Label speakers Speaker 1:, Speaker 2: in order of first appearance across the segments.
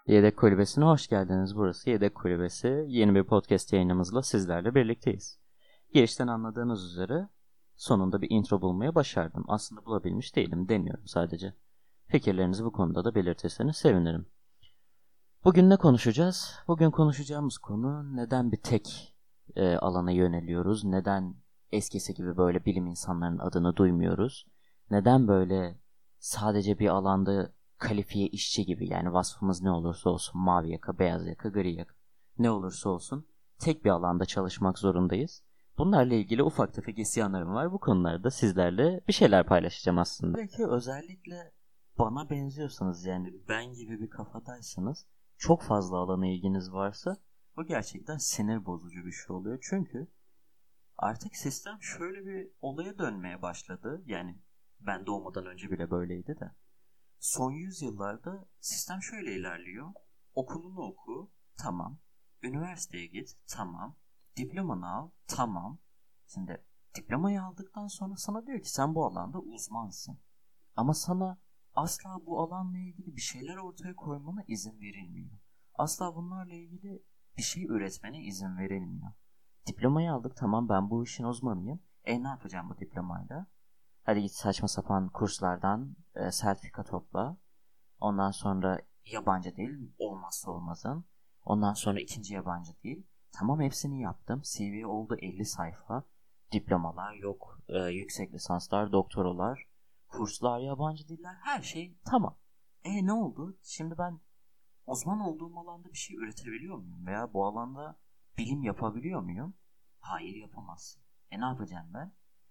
Speaker 1: Yedek Kulübesi'ne hoş geldiniz. Burası Yedek Kulübesi. Yeni bir podcast yayınımızla sizlerle birlikteyiz. Girişten anladığınız üzere sonunda bir intro bulmaya başardım. Aslında bulabilmiş değilim, deniyorum sadece. Fikirlerinizi bu konuda da belirtirseniz sevinirim. Bugün ne konuşacağız? Bugün konuşacağımız konu neden bir tek alana yöneliyoruz? Neden eskisi gibi böyle bilim insanlarının adını duymuyoruz? Neden böyle sadece bir alanda kalifiye işçi gibi, yani vasfımız ne olursa olsun, mavi yaka, beyaz yaka, gri yaka, ne olursa olsun tek bir alanda çalışmak zorundayız? Bunlarla ilgili ufak tefek isyanlarım var. Bu konularda sizlerle bir şeyler paylaşacağım aslında. Belki özellikle bana benziyorsanız, yani ben gibi bir kafadaysanız, çok fazla alana ilginiz varsa bu gerçekten sinir bozucu bir şey oluyor. Çünkü artık sistem şöyle bir olaya dönmeye başladı. Yani ben doğmadan önce bile böyleydi de. Son yüzyıllarda sistem şöyle ilerliyor. Okulunu oku, tamam. Üniversiteye git, tamam. Diplomanı al, tamam. Şimdi diplomayı aldıktan sonra sana diyor ki sen bu alanda uzmansın. Ama sana asla bu alanla ilgili bir şeyler ortaya koymana izin verilmiyor. Asla bunlarla ilgili bir şey üretmene izin verilmiyor. Diplomayı aldık, tamam, ben bu işin uzmanıyım. Ne yapacağım bu diplomayla? Hadi git saçma sapan kurslardan sertifika topla. Ondan sonra yabancı dil olmazsa olmazın. Ondan sonra ikinci yabancı dil. Tamam, hepsini yaptım. CV oldu 50 sayfa. Diplomalar yok. Yüksek lisanslar, doktoralar, kurslar, yabancı diller, her şey tamam. Ne oldu? Şimdi ben uzman olduğum alanda bir şey üretebiliyor muyum? Veya bu alanda bilim yapabiliyor muyum? Hayır, yapamazsın. Ne yapacağım ben?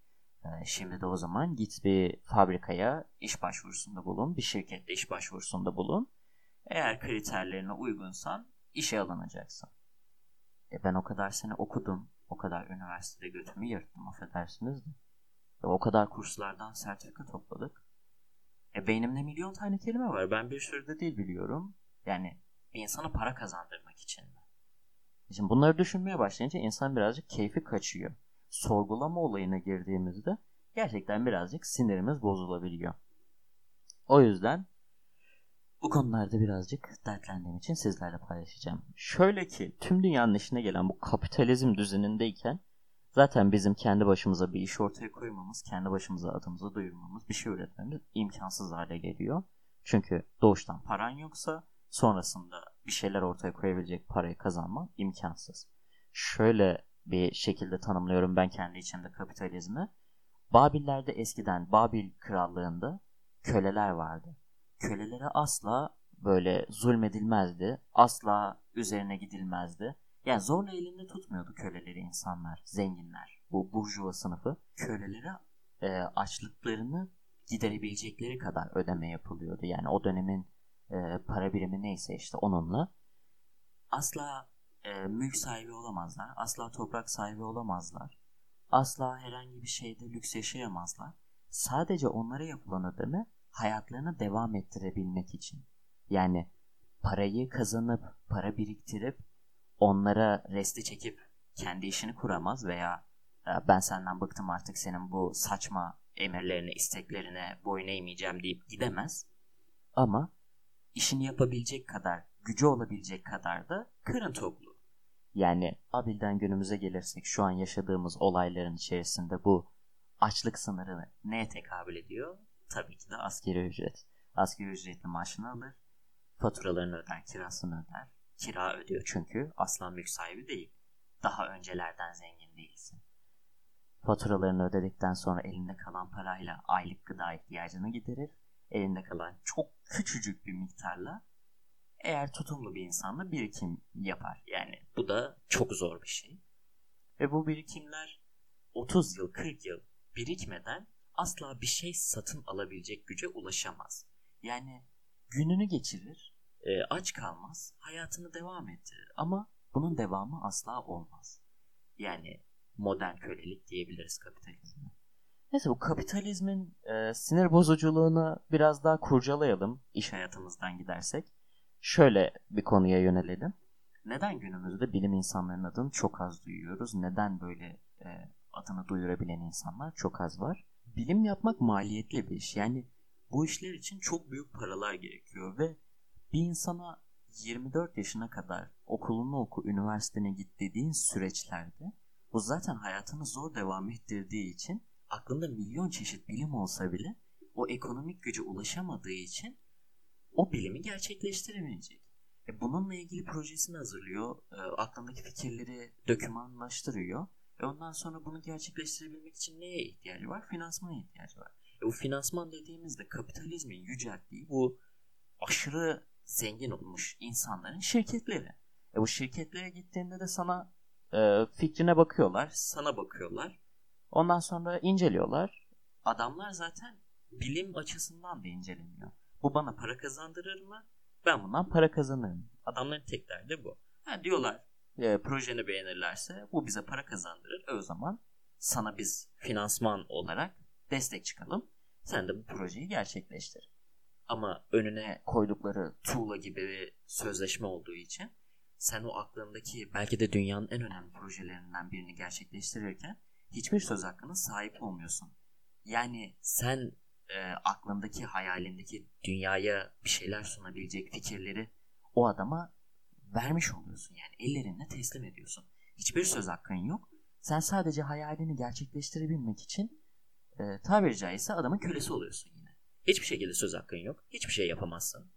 Speaker 1: Şimdi de o zaman git bir fabrikaya iş başvurusunda bulun. Bir şirkette iş başvurusunda bulun. Eğer kriterlerine uygunsan işe alınacaksın. Ben o kadar sene okudum. O kadar üniversitede götümü yırttım, affedersiniz de. O kadar kurslardan sertifika topladık. Beynimde milyon tane kelime var. Ben bir sürü de dil biliyorum. Yani bir insana para kazandırmak için mi? Şimdi bunları düşünmeye başlayınca insan birazcık keyfi kaçıyor. Sorgulama olayına girdiğimizde gerçekten birazcık sinirimiz bozulabiliyor. O yüzden bu konularda birazcık dertlendiğim için sizlerle paylaşacağım. Şöyle ki tüm dünyanın işine gelen bu kapitalizm düzenindeyken zaten bizim kendi başımıza bir iş ortaya koymamız, kendi başımıza adımızı duyurmamız, bir şey üretmemiz imkansız hale geliyor. Çünkü doğuştan paran yoksa sonrasında bir şeyler ortaya koyabilecek parayı kazanman imkansız. Şöyle bir şekilde tanımlıyorum ben kendi içimde kapitalizmi. Babillerde eskiden, Babil krallığında köleler vardı. Kölelere asla böyle zulmedilmezdi. Asla üzerine gidilmezdi. Yani zorla elinde tutmuyordu köleleri insanlar, zenginler. Bu burjuva sınıfı kölelere açlıklarını giderebilecekleri kadar ödeme yapılıyordu. Yani o dönemin para birimi neyse işte onunla. Asla mülk sahibi olamazlar. Asla toprak sahibi olamazlar. Asla herhangi bir şeyde lüks yaşayamazlar. Sadece onlara yapılan ödeme hayatlarını devam ettirebilmek için. Yani parayı kazanıp, para biriktirip, onlara resti çekip kendi işini kuramaz veya ben senden bıktım artık senin bu saçma emirlerine, isteklerine boyun eğmeyeceğim deyip gidemez. Ama işini yapabilecek kadar, gücü olabilecek kadar da kırın toplu. Yani Babil'den günümüze gelirsek şu an yaşadığımız olayların içerisinde bu açlık sınırı neye tekabül ediyor? Tabii ki de asgari ücret. Asgari ücretli maaşını alır, faturalarını öder, kirasını öder. Kira ödüyor çünkü asla mülk sahibi değil. Daha öncelerden zengin değilsin. Faturalarını ödedikten sonra elinde kalan parayla aylık gıda ihtiyacını giderir. Elinde kalan çok küçücük bir miktarla eğer tutumlu bir insanla birikim yapar. Yani bu da çok zor bir şey. Ve bu birikimler 30 yıl, 40 yıl birikmeden asla bir şey satın alabilecek güce ulaşamaz. Yani gününü geçirir, aç kalmaz, hayatını devam ettirir. Ama bunun devamı asla olmaz. Yani modern kölelik diyebiliriz kapitalizme. Neyse, bu kapitalizmin sinir bozuculuğunu biraz daha kurcalayalım iş hayatımızdan gidersek. Şöyle bir konuya yönelelim. Neden günümüzde bilim insanlarının adını çok az duyuyoruz? Neden böyle adını duyurabilen insanlar çok az var? Bilim yapmak maliyetli bir iş. Yani bu işler için çok büyük paralar gerekiyor ve bir insana 24 yaşına kadar okulunu oku, üniversitene git dediğin süreçlerde bu zaten hayatını zor devam ettirdiği için aklında milyon çeşit bilim olsa bile o ekonomik güce ulaşamadığı için o bilimi gerçekleştiremeyecek. Bununla ilgili projesini hazırlıyor, aklındaki fikirleri dokümanlaştırıyor. Ondan sonra bunu gerçekleştirebilmek için neye ihtiyacı var? Finansmana ihtiyacı var. Bu finansman dediğimizde kapitalizmin yücelttiği bu aşırı zengin olmuş insanların şirketleri. Bu şirketlere gittiğinde de sana fikrine bakıyorlar, sana bakıyorlar. Ondan sonra inceliyorlar. Adamlar zaten bilim açısından da inceleniyor. Bu bana para kazandırır mı? Ben bundan para kazanırım. Adamların tek derdi bu. Diyorlar projeni beğenirlerse bu bize para kazandırır. O zaman sana biz finansman olarak destek çıkalım. Sen de bu projeyi gerçekleştir. Ama önüne koydukları tuğla gibi bir sözleşme olduğu için sen o aklındaki belki de dünyanın en önemli projelerinden birini gerçekleştirirken hiçbir söz hakkına sahip olmuyorsun. Yani sen aklındaki, hayalindeki dünyaya bir şeyler sunabilecek fikirleri o adama vermiş oluyorsun. Yani ellerine teslim ediyorsun. Hiçbir söz hakkın yok. Sen sadece hayalini gerçekleştirebilmek için tabiri caizse adamın kölesi oluyorsun yine. Hiçbir şekilde söz hakkın yok. Hiçbir şey yapamazsın.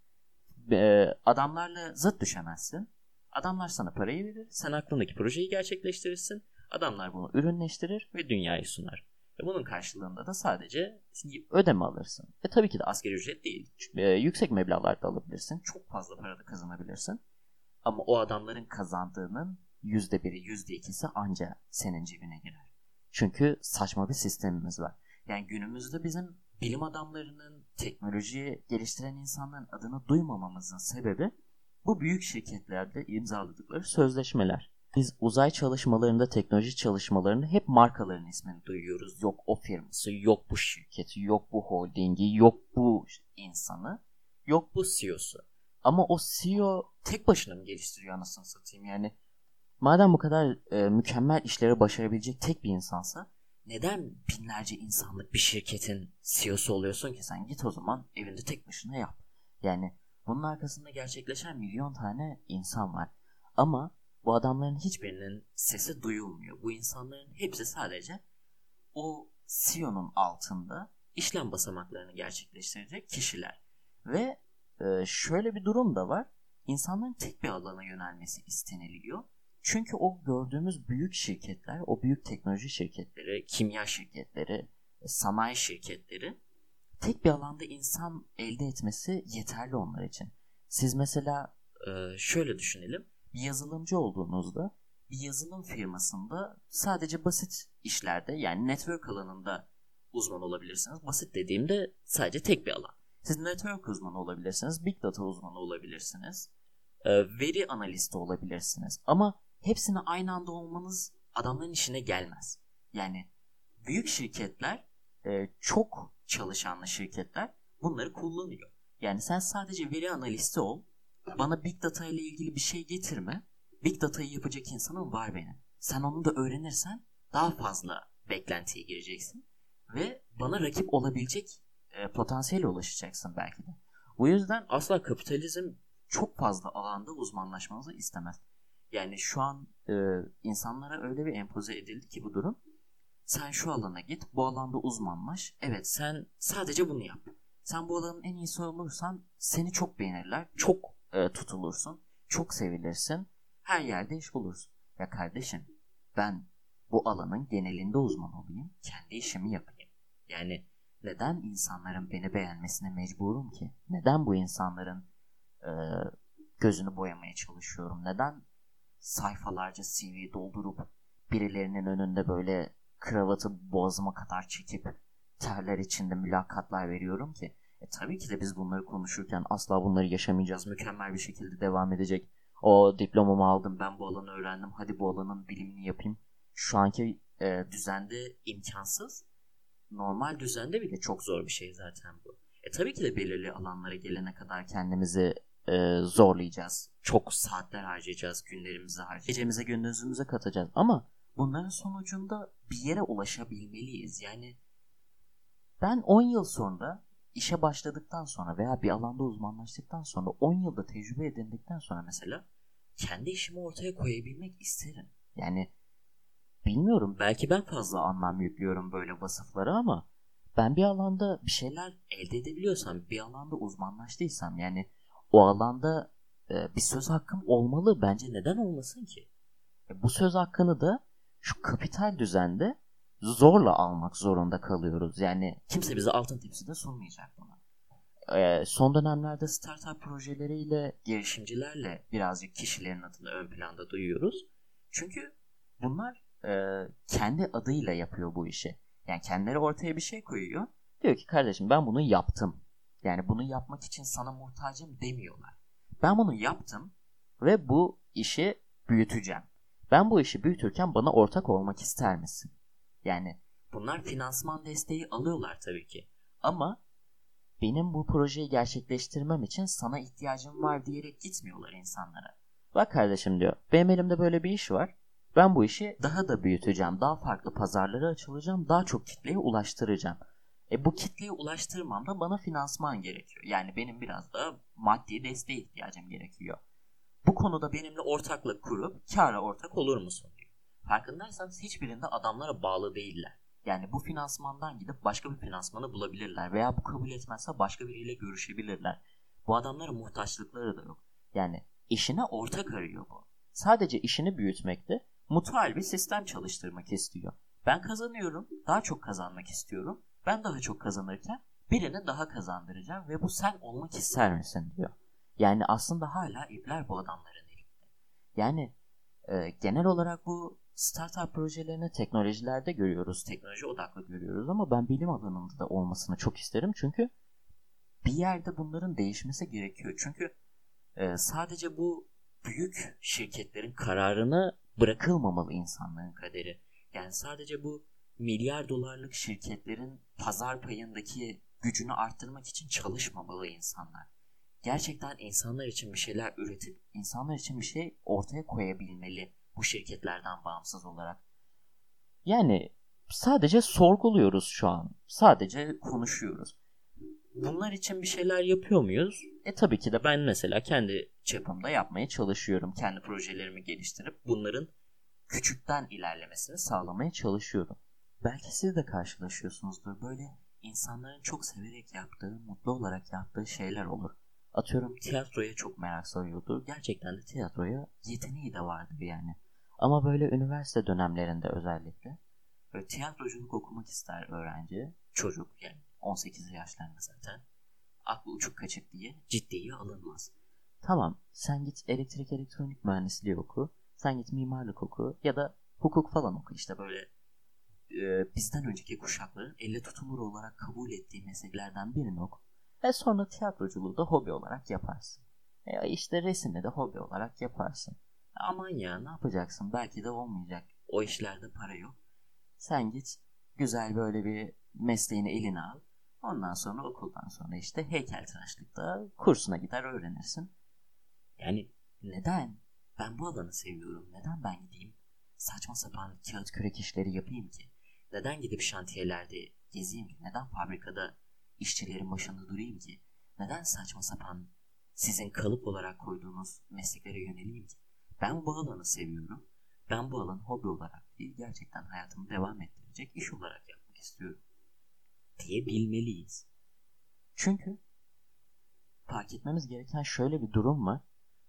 Speaker 1: Adamlarla zıt düşemezsin. Adamlar sana parayı verir. Sen aklındaki projeyi gerçekleştirirsin. Adamlar bunu ürünleştirir ve dünyaya sunar. Bunun karşılığında da sadece ödeme alırsın. Tabii ki de asgari ücret değil. Yüksek meblağlarda alabilirsin. Çok fazla para da kazanabilirsin. Ama o adamların kazandığının %1'i, %2'si anca senin cebine girer. Çünkü saçma bir sistemimiz var. Yani günümüzde bizim bilim adamlarının, teknolojiyi geliştiren insanların adını duymamamızın sebebi bu büyük şirketlerde imzaladıkları sözleşmeler. Biz uzay çalışmalarında, teknoloji çalışmalarında hep markaların ismini duyuyoruz. Yok o firması, yok bu şirketi, yok bu holdingi, yok bu insanı, yok bu CEO'su. Ama o CEO tek başına mı geliştiriyor anasını satayım yani? Madem bu kadar mükemmel işleri başarabilecek tek bir insansa neden binlerce insanlık bir şirketin CEO'su oluyorsun ki sen? Git o zaman evinde tek başına yap. Yani bunun arkasında gerçekleşen milyon tane insan var. Ama bu adamların hiçbirinin sesi duyulmuyor. Bu insanların hepsi sadece o CEO'nun altında işlem basamaklarını gerçekleştirecek kişiler. Ve şöyle bir durum da var. İnsanların tek bir alana yönelmesi isteniliyor. Çünkü o gördüğümüz büyük şirketler, o büyük teknoloji şirketleri, kimya şirketleri, sanayi şirketleri tek bir alanda insan elde etmesi yeterli onlar için. Siz mesela şöyle düşünelim. Bir yazılımcı olduğunuzda bir yazılım firmasında sadece basit işlerde yani network alanında uzman olabilirsiniz. Basit dediğimde sadece tek bir alan. Siz network uzmanı olabilirsiniz, big data uzmanı olabilirsiniz, veri analisti olabilirsiniz. Ama hepsini aynı anda olmanız adamların işine gelmez. Yani büyük şirketler, çok çalışanlı şirketler bunları kullanıyor. Yani sen sadece veri analisti ol, bana big data ile ilgili bir şey getirme. Big data'yı yapacak insanım var benim. Sen onu da öğrenirsen daha fazla beklentiye gireceksin ve bana rakip olabilecek potansiyele ulaşacaksın belki de. Bu yüzden asla kapitalizm çok fazla alanda uzmanlaşmanızı istemez. Yani şu an insanlara öyle bir empoze edildi ki bu durum. Sen şu alana git, bu alanda uzmanlaş. Evet, sen sadece bunu yap. Sen bu alanın en iyisi olursan seni çok beğenirler, çok tutulursun, çok sevilirsin. Her yerde iş bulursun. Ya kardeşim, ben bu alanın genelinde uzman olayım, kendi işimi yapayım. Yani neden insanların beni beğenmesine mecburum ki? Neden bu insanların gözünü boyamaya çalışıyorum? Neden sayfalarca CV doldurup birilerinin önünde böyle kravatı boğazıma kadar çekip terler içinde mülakatlar veriyorum ki? Tabii ki de biz bunları konuşurken asla bunları yaşamayacağız. Mükemmel bir şekilde devam edecek. O diplomamı aldım, ben bu alanı öğrendim. Hadi bu alanın bilimini yapayım. Şu anki düzende imkansız. Normal düzende bile çok zor bir şey zaten bu. Tabii ki de belirli alanlara gelene kadar kendimizi zorlayacağız. Çok saatler harcayacağız, günlerimizi harcayacağız. Gecemize gündüzümüze katacağız. Ama bunların sonucunda bir yere ulaşabilmeliyiz. Yani ben 10 yıl sonra işe başladıktan sonra veya bir alanda uzmanlaştıktan sonra 10 yılda tecrübe edindikten sonra mesela kendi işimi ortaya koyabilmek isterim. Yani bilmiyorum, belki ben fazla anlam yüklüyorum böyle vasıflara ama ben bir alanda bir şeyler elde edebiliyorsam, bir alanda uzmanlaştıysam, yani o alanda bir söz hakkım olmalı. Bence neden olmasın ki? Bu söz hakkını da şu kapital düzende zorla almak zorunda kalıyoruz. Yani kimse bize altın tepside sunmayacak bunu. Son dönemlerde startup projeleriyle, girişimcilerle birazcık kişilerin adını ön planda duyuyoruz. Çünkü bunlar kendi adıyla yapıyor bu işi. Yani kendileri ortaya bir şey koyuyor. Diyor ki kardeşim ben bunu yaptım. Yani bunu yapmak için sana muhtacım demiyorlar. Ben bunu yaptım ve bu işi büyüteceğim. Ben bu işi büyütürken bana ortak olmak ister misin? Yani bunlar finansman desteği alıyorlar tabii ki. Ama benim bu projeyi gerçekleştirmem için sana ihtiyacım var diyerek gitmiyorlar insanlara. Bak kardeşim diyor, benim elimde böyle bir iş var. Ben bu işi daha da büyüteceğim. Daha farklı pazarlara açılacağım. Daha çok kitleye ulaştıracağım. Bu kitleye ulaştırmamda bana finansman gerekiyor. Yani benim biraz da maddi desteğe ihtiyacım gerekiyor. Bu konuda benimle ortaklık kurup kâra ortak olur musun diyor. Farkındaysanız hiçbirinde adamlara bağlı değiller. Yani bu finansmandan gidip başka bir finansmanı bulabilirler veya bu kabul etmezse başka biriyle görüşebilirler. Bu adamlara muhtaçlıkları da yok. Yani işine ortak arıyor bu. Sadece işini büyütmekte mutual bir sistem çalıştırmak istiyor. Ben kazanıyorum, daha çok kazanmak istiyorum. Ben daha çok kazanırken birini daha kazandıracağım ve bu sen olmak ister misin diyor. Yani aslında hala ipler bu adamların elinde. Yani genel olarak bu startup projelerini teknolojilerde görüyoruz. Teknoloji odaklı görüyoruz ama ben bilim alanında da olmasını çok isterim. Çünkü bir yerde bunların değişmesi gerekiyor. Çünkü sadece bu büyük şirketlerin kararına bırakılmamalı insanların kaderi. Yani sadece bu milyar dolarlık şirketlerin pazar payındaki gücünü arttırmak için çalışmamalı insanlar. Gerçekten insanlar için bir şeyler üretip insanlar için bir şey ortaya koyabilmeli bu şirketlerden bağımsız olarak. Yani sadece sorguluyoruz şu an. Sadece konuşuyoruz. Bunlar için bir şeyler yapıyor muyuz? Tabii ki de ben mesela kendi çapımda yapmaya çalışıyorum. Kendi projelerimi geliştirip bunların küçükten ilerlemesini sağlamaya çalışıyorum. Belki siz de karşılaşıyorsunuzdur. Böyle insanların çok severek yaptığı, mutlu olarak yaptığı şeyler olur. Atıyorum tiyatroya çok merak sarıyordur. Gerçekten de tiyatroya yeteneği de vardır yani. Ama böyle üniversite dönemlerinde özellikle böyle tiyatroculuk okumak ister öğrenci, çocuk yani 18 yaşlarında zaten. Aklı uçuk kaçık diye ciddiye alınmaz. Tamam, sen git elektrik elektronik mühendisliği oku, sen git mimarlık oku ya da hukuk falan oku, işte böyle bizden önceki kuşakların elle tutulur olarak kabul ettiği mesleklerden birini oku. Ve sonra tiyatroculuğu da hobi olarak yaparsın. İşte resmi de hobi olarak yaparsın. Aman ya ne yapacaksın, belki de olmayacak. O işlerde para yok. Sen git güzel böyle bir mesleğini eline al. Ondan sonra okuldan sonra işte heykeltıraşlıkta kursuna gider öğrenirsin. Yani neden? Ben bu alanı seviyorum. Neden ben gideyim saçma sapan kağıt kürek işleri yapayım ki? Neden gidip şantiyelerde gezeyim ki? Neden fabrikada işçilerin başında durayım ki? Neden saçma sapan sizin kalıp olarak koyduğunuz mesleklere yöneleyim ki? Ben bu alanı seviyorum. Ben bu alanı hobi olarak değil, gerçekten hayatımı devam ettirecek iş olarak yapmak istiyorum diyebilmeliyiz. Çünkü fark etmemiz gereken şöyle bir durum var.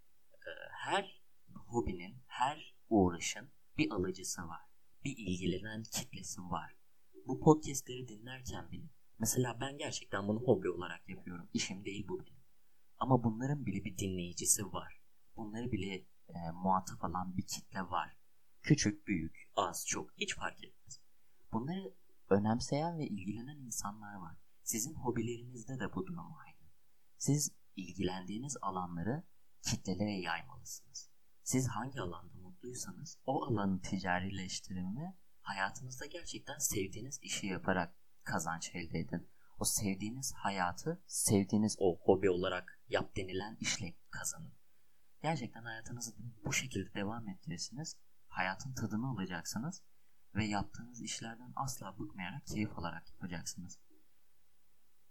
Speaker 1: Her hobinin, her uğraşın bir alıcısı var. Bir ilgilenen kitlesi var. Bu podcastleri dinlerken bile, mesela ben gerçekten bunu hobi olarak yapıyorum. İşim değil bu benim. Ama bunların bile bir dinleyicisi var. Bunları bile muhatap alan bir kitle var. Küçük, büyük, az, çok hiç fark etmez. Bunları önemseyen ve ilgilenen insanlar var. Sizin hobilerinizde de bu durum aynı. Siz ilgilendiğiniz alanları kitlelere yaymalısınız. Siz hangi alanda mutluysanız o alanı ticarileştirin ve hayatınızda gerçekten sevdiğiniz işi yaparak kazanç elde edin. O sevdiğiniz hayatı, sevdiğiniz o hobi olarak yap denilen işle kazanın. Gerçekten hayatınızı bu şekilde devam ettirirsiniz. Hayatın tadını alacaksınız ve yaptığınız işlerden asla bıkmayarak keyif alarak yapacaksınız.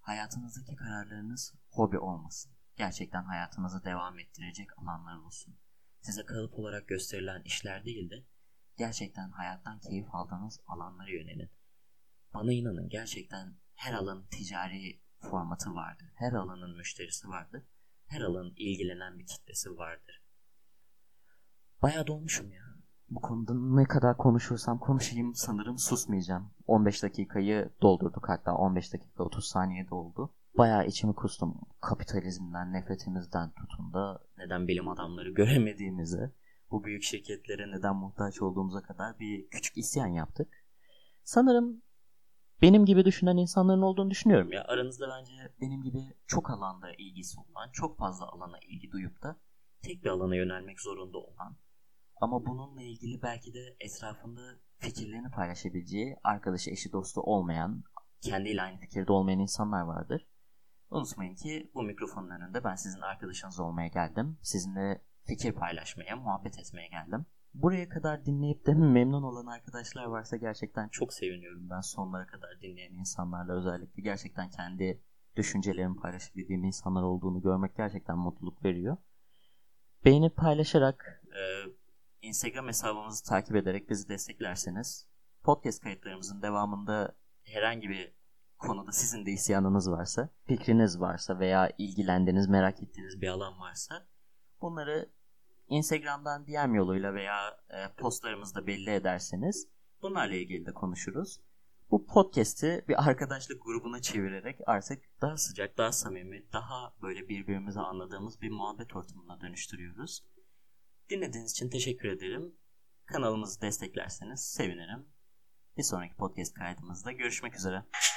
Speaker 1: hayatınızdaki kararlarınız hobi olmasın. Gerçekten hayatınızı devam ettirecek alanlar olsun. Size kalıp olarak gösterilen işler değil de gerçekten hayattan keyif aldığınız alanlara yönelin. Bana inanın, gerçekten her alanın ticari formatı vardır. Her alanın müşterisi vardır. Her alanın ilgilenen bir kitlesi vardır. Bayağı dolmuşum ya. Bu konuda ne kadar konuşursam konuşayım sanırım susmayacağım. 15 dakikayı doldurduk, hatta 15 dakika 30 saniyede oldu. Bayağı içimi kustum. Kapitalizmden, nefretimizden tutun da neden bilim adamları göremediğimize, bu büyük şirketlere neden muhtaç olduğumuza kadar bir küçük isyan yaptık. Sanırım benim gibi düşünen insanların olduğunu düşünüyorum ya. Aranızda bence benim gibi çok alanda ilgisi olan, çok fazla alana ilgi duyup da tek bir alana yönelmek zorunda olan ama bununla ilgili belki de etrafında fikirlerini paylaşabileceği, arkadaşı, eşi, dostu olmayan, kendiyle aynı fikirde olmayan insanlar vardır. Unutmayın ki bu mikrofonun önünde ben sizin arkadaşınız olmaya geldim. Sizinle fikir paylaşmaya, muhabbet etmeye geldim. Buraya kadar dinleyip de memnun olan arkadaşlar varsa gerçekten çok seviniyorum. Ben sonlara kadar dinleyen insanlarla özellikle gerçekten kendi düşüncelerimi paylaşabildiğim insanlar olduğunu görmek gerçekten mutluluk veriyor. Beğenip paylaşarak, Instagram hesabımızı takip ederek bizi desteklerseniz, podcast kayıtlarımızın devamında herhangi bir konuda sizin de isyanınız varsa, fikriniz varsa veya ilgilendiğiniz, merak ettiğiniz bir alan varsa bunları Instagram'dan DM yoluyla veya postlarımızda belli ederseniz bunlarla ilgili de konuşuruz. Bu podcast'i bir arkadaşlık grubuna çevirerek artık daha sıcak, daha samimi, daha böyle birbirimizi anladığımız bir muhabbet ortamına dönüştürüyoruz. Dinlediğiniz için teşekkür ederim. Kanalımızı desteklerseniz sevinirim. Bir sonraki podcast kaydımızda görüşmek üzere.